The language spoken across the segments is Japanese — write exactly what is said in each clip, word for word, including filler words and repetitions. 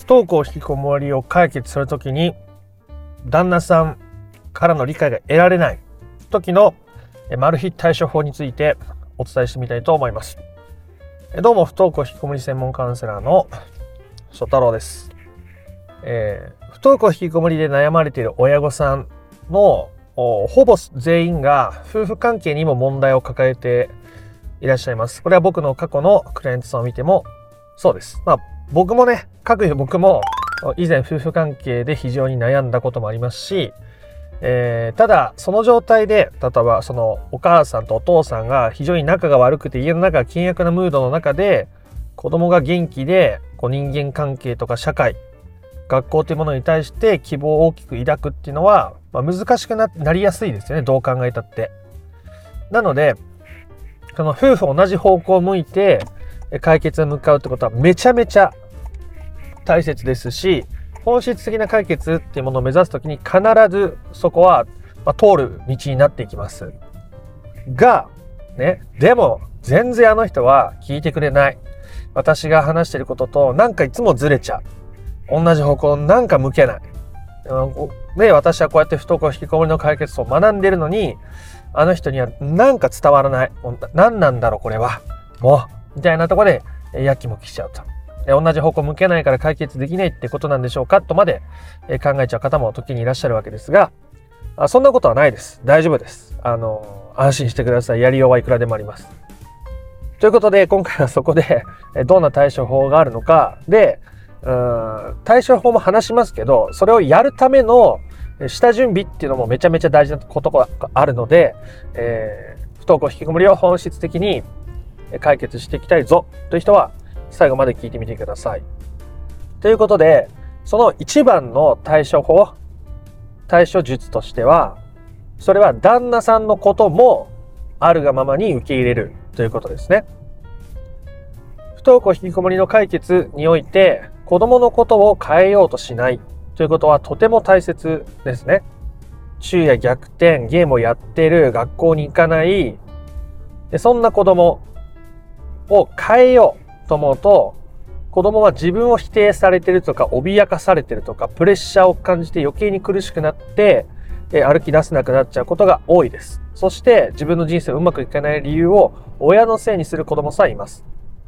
登校引きこもりを解決するときに旦那さんからの理解が得られない時のマル秘対処法についてお伝えしてみたいと思います。どうも不登校引きこもり専門カウンセラーの曽太郎です。えー、不登校引きこもりで悩まれている親御さんのほぼ全員が夫婦関係にも問題を抱えていらっしゃいます。これは僕の過去のクライアントさんを見てもそうです。まあ僕もね、各いう僕も以前夫婦関係で非常に悩んだこともありますし、えー、ただその状態で例えばそのお母さんとお父さんが非常に仲が悪くて家の中が険悪なムードの中で子供が元気でこう人間関係とか社会学校というものに対して希望を大きく抱くっていうのは、まあ、難しく な, なりやすいですよね、どう考えたって。なのでこの夫婦同じ方向を向いて解決に向かうってことはめちゃめちゃ大切ですし、本質的な解決っていうものを目指すときに必ずそこは、まあ、通る道になっていきますがね、でも全然あの人は聞いてくれない。私が話してることとなんかいつもずれちゃう。同じ方向なんか向けない。で、私はこうやって不登校引きこもりの解決を学んでるのに、あの人にはなんか伝わらない。何なんだろうこれは。もうみたいなところでやきもきしちゃうと。同じ方向向けないから解決できないってことなんでしょうかとまで考えちゃう方も時にいらっしゃるわけですが、そんなことはないです。大丈夫です。あの安心してください。やりようはいくらでもあります。ということで今回はそこでどんな対処法があるのかで、うーん対処法も話しますけど、それをやるための下準備っていうのもめちゃめちゃ大事なことがあるので、えー、不登校引きこもりを本質的に解決していきたいぞという人は最後まで聞いてみてください。ということで、その一番の対処法、対処術としては、それは旦那さんのこともあるがままに受け入れるということですね。不登校引きこもりの解決において、子供のことを変えようとしないということはとても大切ですね。昼夜逆転、ゲームをやっている、学校に行かない、でそんな子供を変えようと思うと、子供は自分を否定されているとか脅かされているとかプレッシャーを感じて余計に苦しくなって歩き出せなくなっちゃうことが多いです。そして自分の人生をうまくいかない理由を親のせいにする子供さえいます。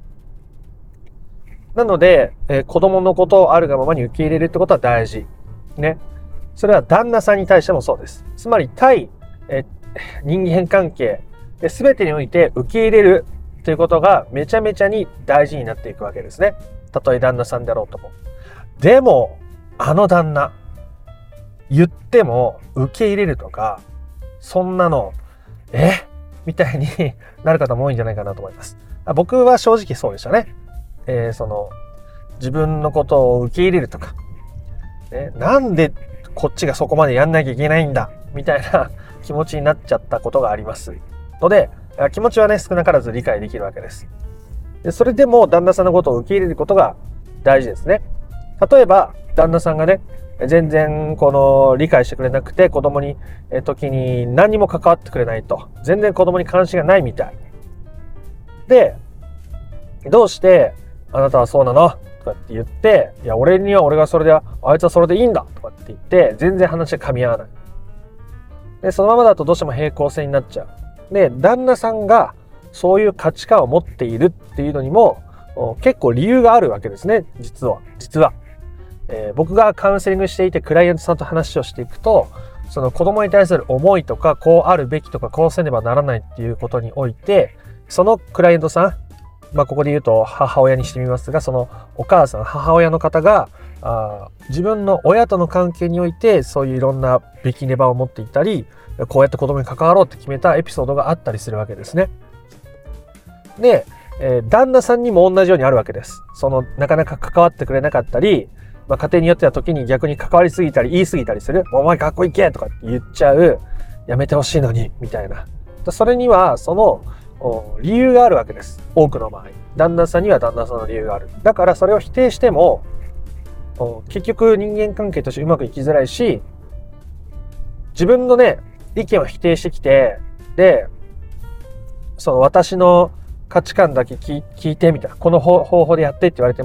なので子供のことをあるがままに受け入れるってことは大事ね。それは旦那さんに対してもそうです。つまり対え人間関係全てにおいて受け入れるということがめちゃめちゃに大事になっていくわけですね。たとえ旦那さんであろうとも。でもあの旦那言っても受け入れるとかそんなのえみたいになる方も多いんじゃないかなと思います。僕は正直そうでしたね。えー、その自分のことを受け入れるとか、ね、なんでこっちがそこまでやんなきゃいけないんだみたいな気持ちになっちゃったことがありますので、気持ちはね少なからず理解できるわけです。でそれでも旦那さんのことを受け入れることが大事ですね。例えば旦那さんがね全然この理解してくれなくて子供にえ時に何にも関わってくれないと、全然子供に関心がないみたいで、どうしてあなたはそうなのとかって言って、いや俺には俺がそれであいつはそれでいいんだとかって言って全然話が噛み合わない。でそのままだとどうしても平行線になっちゃう。で旦那さんがそういう価値観を持っているっていうのにも結構理由があるわけですね。実は実は、えー、僕がカウンセリングしていてクライアントさんと話をしていくと、その子供に対する思いとかこうあるべきとかこうせねばならないっていうことにおいて、そのクライアントさん、まあここで言うと母親にしてみますが、そのお母さん母親の方があ自分の親との関係においてそういういろんなべきねばを持っていたり、こうやって子供に関わろうって決めたエピソードがあったりするわけですね。で、えー、旦那さんにも同じようにあるわけです。そのなかなか関わってくれなかったり、まあ、家庭によっては時に逆に関わりすぎたり言い過ぎたりする。お前学校行けとかって言っちゃう。やめてほしいのにみたいな。それにはその理由があるわけです。多くの場合旦那さんには旦那さんの理由がある。だからそれを否定しても結局人間関係としてうまくいきづらいし、自分のね意見を否定してきて、でその私の価値観だけ聞いてみたいな、この方法でやってって言われても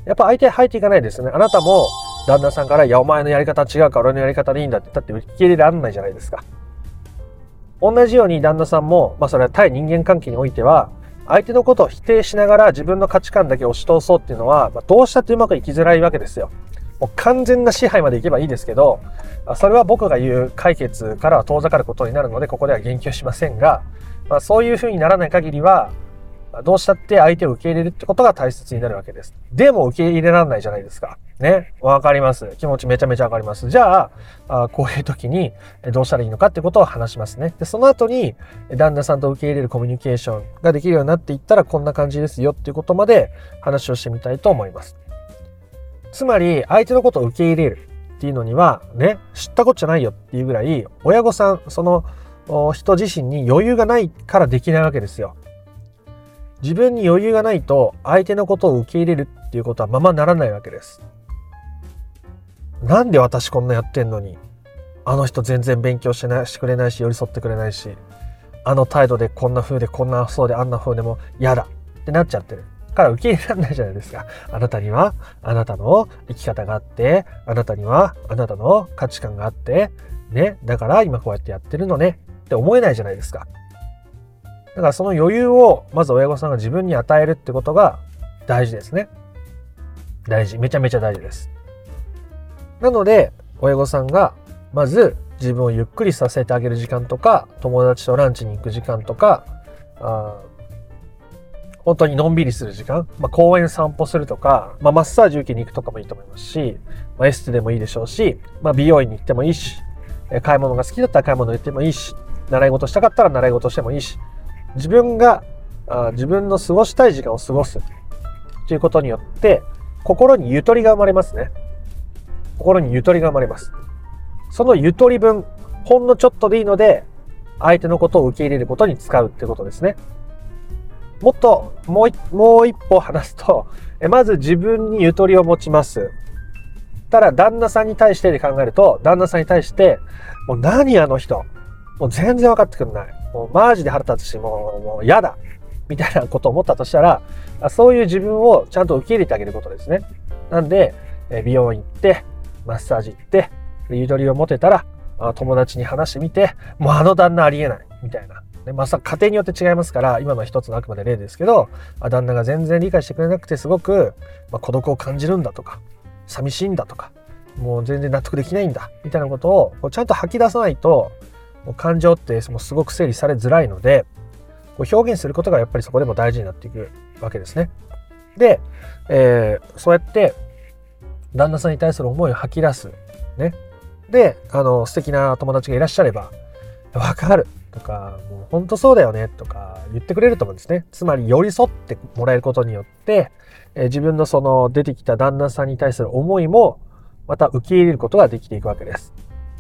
やっぱ相手入っていかないですよね。あなたも旦那さんから、いや、お前のやり方違うから俺のやり方でいいんだって、だって受け入れられないじゃないですか。同じように旦那さんも、まあそれは対人間関係においては、相手のことを否定しながら自分の価値観だけ押し通そうっていうのは、まあ、どうしたってうまくいきづらいわけですよ。もう完全な支配までいけばいいですけど、それは僕が言う解決からは遠ざかることになるので、ここでは言及しませんが、まあ、そういうふうにならない限りは、どうしたって相手を受け入れるってことが大切になるわけです。でも受け入れられないじゃないですか。ね。わかります。気持ちめちゃめちゃわかります。じゃあ、あこういう時にどうしたらいいのかってことを話しますね。で、その後に旦那さんと受け入れるコミュニケーションができるようになっていったらこんな感じですよっていうことまで話をしてみたいと思います。つまり、相手のことを受け入れるっていうのには、ね、知ったこっちゃないよっていうぐらい、親御さん、その人自身に余裕がないからできないわけですよ。自分に余裕がないと相手のことを受け入れるっていうことはままならないわけです。なんで私こんなやってんのに、あの人全然勉強してないしてくれないし寄り添ってくれないし、あの態度でこんな風でこんなそうであんな風でも嫌だってなっちゃってるから受け入れられないじゃないですか。あなたにはあなたの生き方があって、あなたにはあなたの価値観があってね、だから今こうやってやってるのねって思えないじゃないですか。だからその余裕をまず親御さんが自分に与えるってことが大事ですね。大事。めちゃめちゃ大事です。なので親御さんがまず自分をゆっくりさせてあげる時間とか、友達とランチに行く時間とか、あ本当にのんびりする時間、まあ、公園散歩するとか、まあ、マッサージ受けに行くとかもいいと思いますし、まあ、エステでもいいでしょうし、まあ、美容院に行ってもいいし、買い物が好きだったら買い物に行ってもいいし、習い事したかったら習い事してもいいし、自分があ自分の過ごしたい時間を過ごすということによって心にゆとりが生まれますね。心にゆとりが生まれます。そのゆとり分、ほんのちょっとでいいので相手のことを受け入れることに使うってことですね。もっともうもう一歩話すと、まず自分にゆとりを持ちます。ただ旦那さんに対してで考えると、旦那さんに対してもう何あの人もう全然分かってくれない、もうマジで腹立つし、もうもう嫌だみたいなことを思ったとしたら、そういう自分をちゃんと受け入れてあげることですね。なんで美容院行ってマッサージ行ってゆとりを持てたら、友達に話してみて、もうあの旦那ありえないみたいな、ね、まあ家庭によって違いますから、今の一つのあくまで例ですけど、旦那が全然理解してくれなくてすごく、まあ、孤独を感じるんだとか、寂しいんだとか、もう全然納得できないんだみたいなことをこうちゃんと吐き出さないと、もう感情ってもうすごく整理されづらいので、こう表現することがやっぱりそこでも大事になっていくわけですね。で、えー、そうやって旦那さんに対する思いを吐き出す。ね。で、あの、素敵な友達がいらっしゃれば、わかるとか、もう本当そうだよねとか言ってくれると思うんですね。つまり寄り添ってもらえることによって、えー、自分のその出てきた旦那さんに対する思いもまた受け入れることができていくわけです。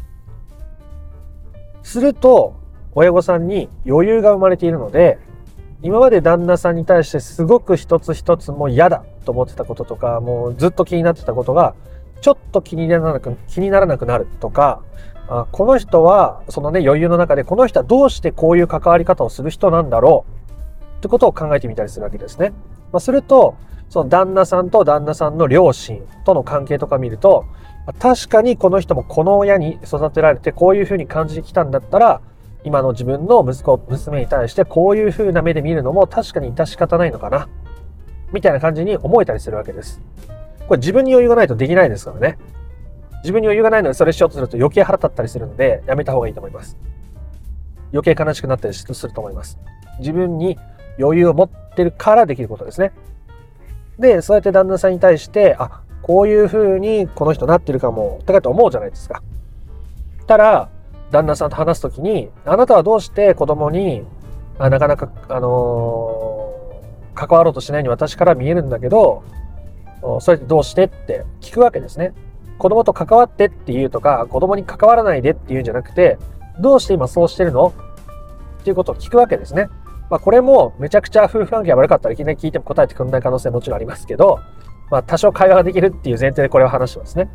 すると、親御さんに余裕が生まれているので、今まで旦那さんに対してすごく一つ一つもう嫌だと思ってたこととか、もうずっと気になってたことが、ちょっと気にならなく、気にならなくなるとか、あこの人は、そのね、余裕の中で、この人はどうしてこういう関わり方をする人なんだろうってことを考えてみたりするわけですね。まあ、すると、その旦那さんと旦那さんの両親との関係とか見ると、確かにこの人もこの親に育てられてこういうふうに感じてきたんだったら、今の自分の息子、娘に対してこういうふうな目で見るのも確かに致し方ないのかな、みたいな感じに思えたりするわけです。これ自分に余裕がないとできないですからね。自分に余裕がないのでそれしようとすると余計腹立ったりするので、やめた方がいいと思います。余計悲しくなったりすると思います。自分に余裕を持ってるからできることですね。で、そうやって旦那さんに対して、あ、こういう風にこの人なってるかもとかって思うじゃないですか。ただ旦那さんと話すときに、あなたはどうして子供にあなかなかあのー、関わろうとしないに私から見えるんだけど、それってどうしてって聞くわけですね。子供と関わってって言うとか、子供に関わらないでって言うんじゃなくて、どうして今そうしてるのっていうことを聞くわけですね。まあこれもめちゃくちゃ夫婦関係が悪かったらいきなり聞いても答えてくれない可能性はもちろんありますけど、まあ多少会話ができるっていう前提でこれを話してますね。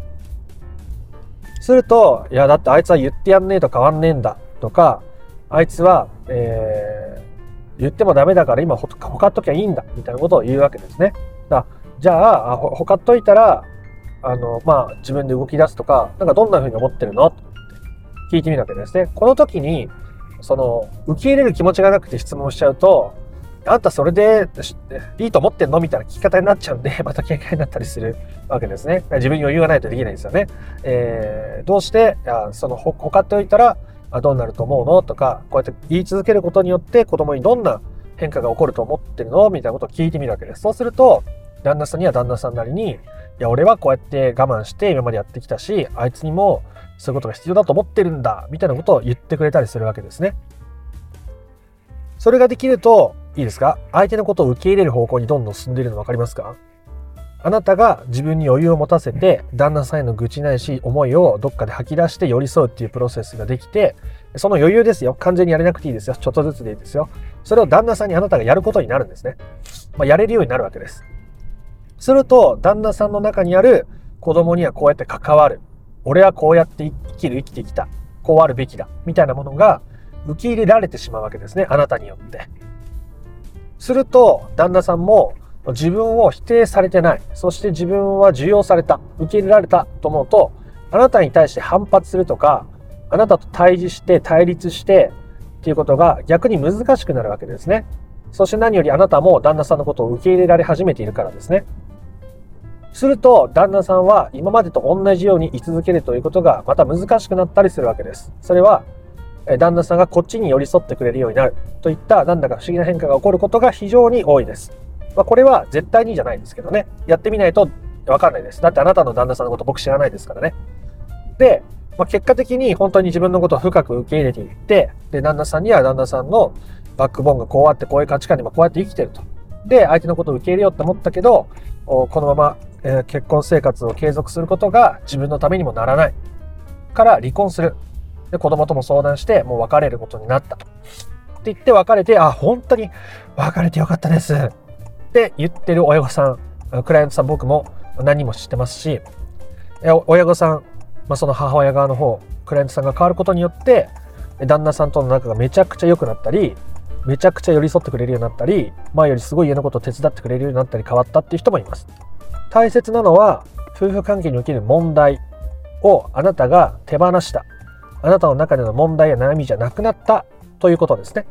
すると、いやだってあいつは言ってやんねえと変わんねえんだとか、あいつは、えー、言ってもダメだから今ほかっときゃいいんだみたいなことを言うわけですね。だからじゃあ、ほほかっといたら、あの、まあ、自分で動き出すとか、なんかどんな風に思ってるのって聞いてみるわけですね。この時に、その、受け入れる気持ちがなくて質問しちゃうと、あんたそれでいいと思ってんのみたいな聞き方になっちゃうんで、また喧嘩になったりするわけですね。自分に余裕がないとできないんですよね。えー、どうして、あその、ほ、ほかっておいたら、あどうなると思うのとか、こうやって言い続けることによって子供にどんな変化が起こると思ってるのみたいなことを聞いてみるわけです。そうすると、旦那さんには旦那さんなりに、いや、俺はこうやって我慢して今までやってきたし、あいつにもそういうことが必要だと思ってるんだ、みたいなことを言ってくれたりするわけですね。それができると、いいですか？相手のことを受け入れる方向にどんどん進んでいるの分かりますか？あなたが自分に余裕を持たせて、旦那さんへの愚痴ないし思いをどっかで吐き出して寄り添うっていうプロセスができて、その余裕ですよ。完全にやれなくていいですよ。ちょっとずつでいいですよ。それを旦那さんにあなたがやることになるんですね。まあ、やれるようになるわけです。すると、旦那さんの中にある子供にはこうやって関わる。俺はこうやって生きる、生きてきた。こうあるべきだ。みたいなものが受け入れられてしまうわけですね。あなたによって。すると、旦那さんも自分を否定されてない。そして自分は受容された。受け入れられたと思うと、あなたに対して反発するとか、あなたと対峙して対立してっていうことが逆に難しくなるわけですね。そして何よりあなたも旦那さんのことを受け入れられ始めているからですね。すると旦那さんは今までと同じように居続けるということがまた難しくなったりするわけです。それは旦那さんがこっちに寄り添ってくれるようになるといったなんだか不思議な変化が起こることが非常に多いです。まあ、これは絶対にじゃないんですけどね。やってみないと分かんないです。だってあなたの旦那さんのこと僕知らないですからね。で、まあ、結果的に本当に自分のことを深く受け入れていって、で、旦那さんには旦那さんのバックボーンがこうあってこういう価値観にもこうやって生きてると。で、相手のことを受け入れようって思ったけど、このまま、えー、結婚生活を継続することが自分のためにもならないから離婚する。で、子供とも相談してもう別れることになったと。って言って別れて、あ、本当に別れてよかったです。って言ってる親御さん、クライアントさん僕も何人も知ってますし、親御さん、まあ、その母親側の方、クライアントさんが変わることによって、旦那さんとの仲がめちゃくちゃ良くなったり、めちゃくちゃ寄り添ってくれるようになったり、前よりすごい家のことを手伝ってくれるようになったり変わったっていう人もいます。大切なのは、夫婦関係における問題をあなたが手放した。あなたの中での問題や悩みじゃなくなったということですね。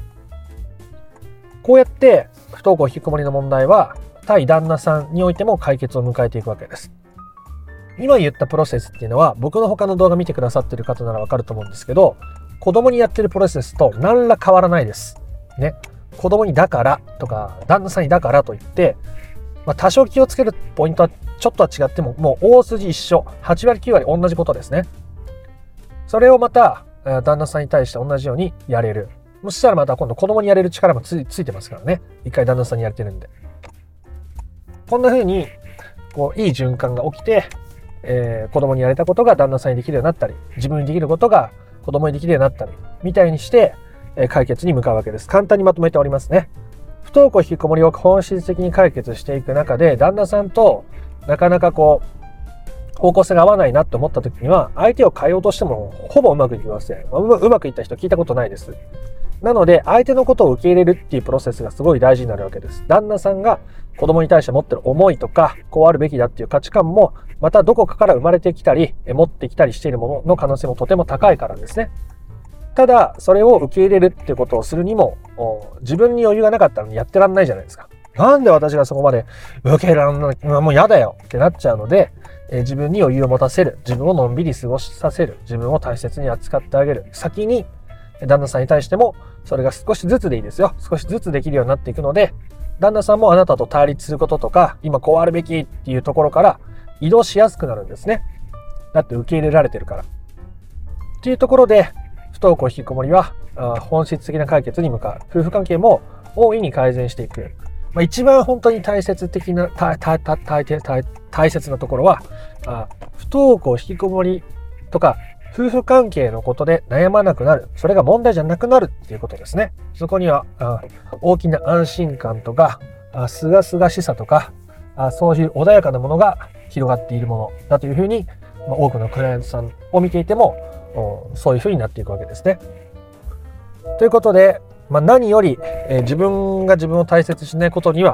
こうやって不登校引きこもりの問題は対旦那さんにおいても解決を迎えていくわけです。今言ったプロセスっていうのは僕の他の動画見てくださっている方ならわかると思うんですけど、子供にやってるプロセスと何ら変わらないです。ね。子供にだからとか旦那さんにだからと言って、まあ、多少気をつけるポイントはちょっとは違ってももう大筋一緒。はち割きゅう割同じことですね。それをまた旦那さんに対して同じようにやれる。そしたらまた今度子供にやれる力も つ, ついてますからね。一回旦那さんにやれてるんで。こんな風にこういい循環が起きて、えー、子供にやれたことが旦那さんにできるようになったり、自分にできることが子供にできるようになったり、みたいにして、えー、解決に向かうわけです。簡単にまとめておりますね。不登校引きこもりを本質的に解決していく中で、旦那さんとなかなかこう、方向性が合わないなって思った時には、相手を変えようとしてもほぼうまくいきません。うま、うまくいった人聞いたことないです。なので、相手のことを受け入れるっていうプロセスがすごい大事になるわけです。旦那さんが子供に対して持ってる思いとか、こうあるべきだっていう価値観も、またどこかから生まれてきたり、持ってきたりしているものの可能性もとても高いからですね。ただ、それを受け入れるっていうことをするにも、自分に余裕がなかったのにやってらんないじゃないですか。なんで私がそこまで受け入れらんない、もう嫌だよってなっちゃうので、えー、自分に余裕を持たせる、自分をのんびり過ごさせる、自分を大切に扱ってあげる。先に、旦那さんに対しても、それが少しずつでいいですよ。少しずつできるようになっていくので、旦那さんもあなたと対立することとか、今こうあるべきっていうところから移動しやすくなるんですね。だって受け入れられてるから。っていうところで、不登校引きこもりは本質的な解決に向かう。夫婦関係も大いに改善していく。まあ、一番本当に大切的な、大, 大, 大, 大, 大切なところは、あ不登校引きこもりとか、夫婦関係のことで悩まなくなる。それが問題じゃなくなるっていうことですね。そこにはあ大きな安心感とか、すがすがしさとかあ、そういう穏やかなものが広がっているものだというふうに、まあ、多くのクライアントさんを見ていても、そういうふうになっていくわけですね。ということで、まあ、何より、えー、自分が自分を大切にしないことには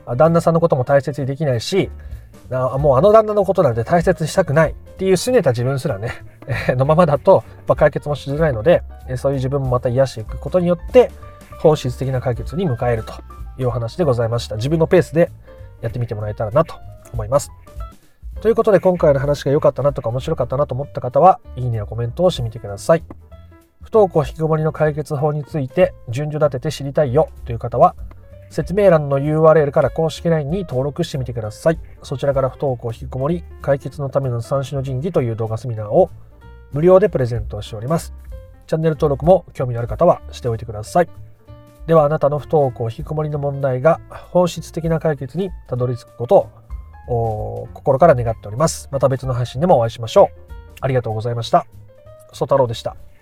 旦那さんのことも大切にできないし、あもうあの旦那のことなんて大切にしたくないっていう拗ねた自分すらねのままだと解決もしづらいので、そういう自分もまた癒していくことによって本質的な解決に迎えるというお話でございました。自分のペースでやってみてもらえたらなと思います。ということで、今回の話が良かったなとか面白かったなと思った方はいいねやコメントをしてみてください。不登校引きこもりの解決法について順序立てて知りたいよという方は、説明欄の ユーアールエル から公式 ライン に登録してみてください。そちらから不登校引きこもり解決のための三種の神器という動画セミナーを無料でプレゼントしております。チャンネル登録も興味のある方はしておいてください。では、あなたの不登校引きこもりの問題が本質的な解決にたどり着くことを心から願っております。また別の配信でもお会いしましょう。ありがとうございました。曽太郎でした。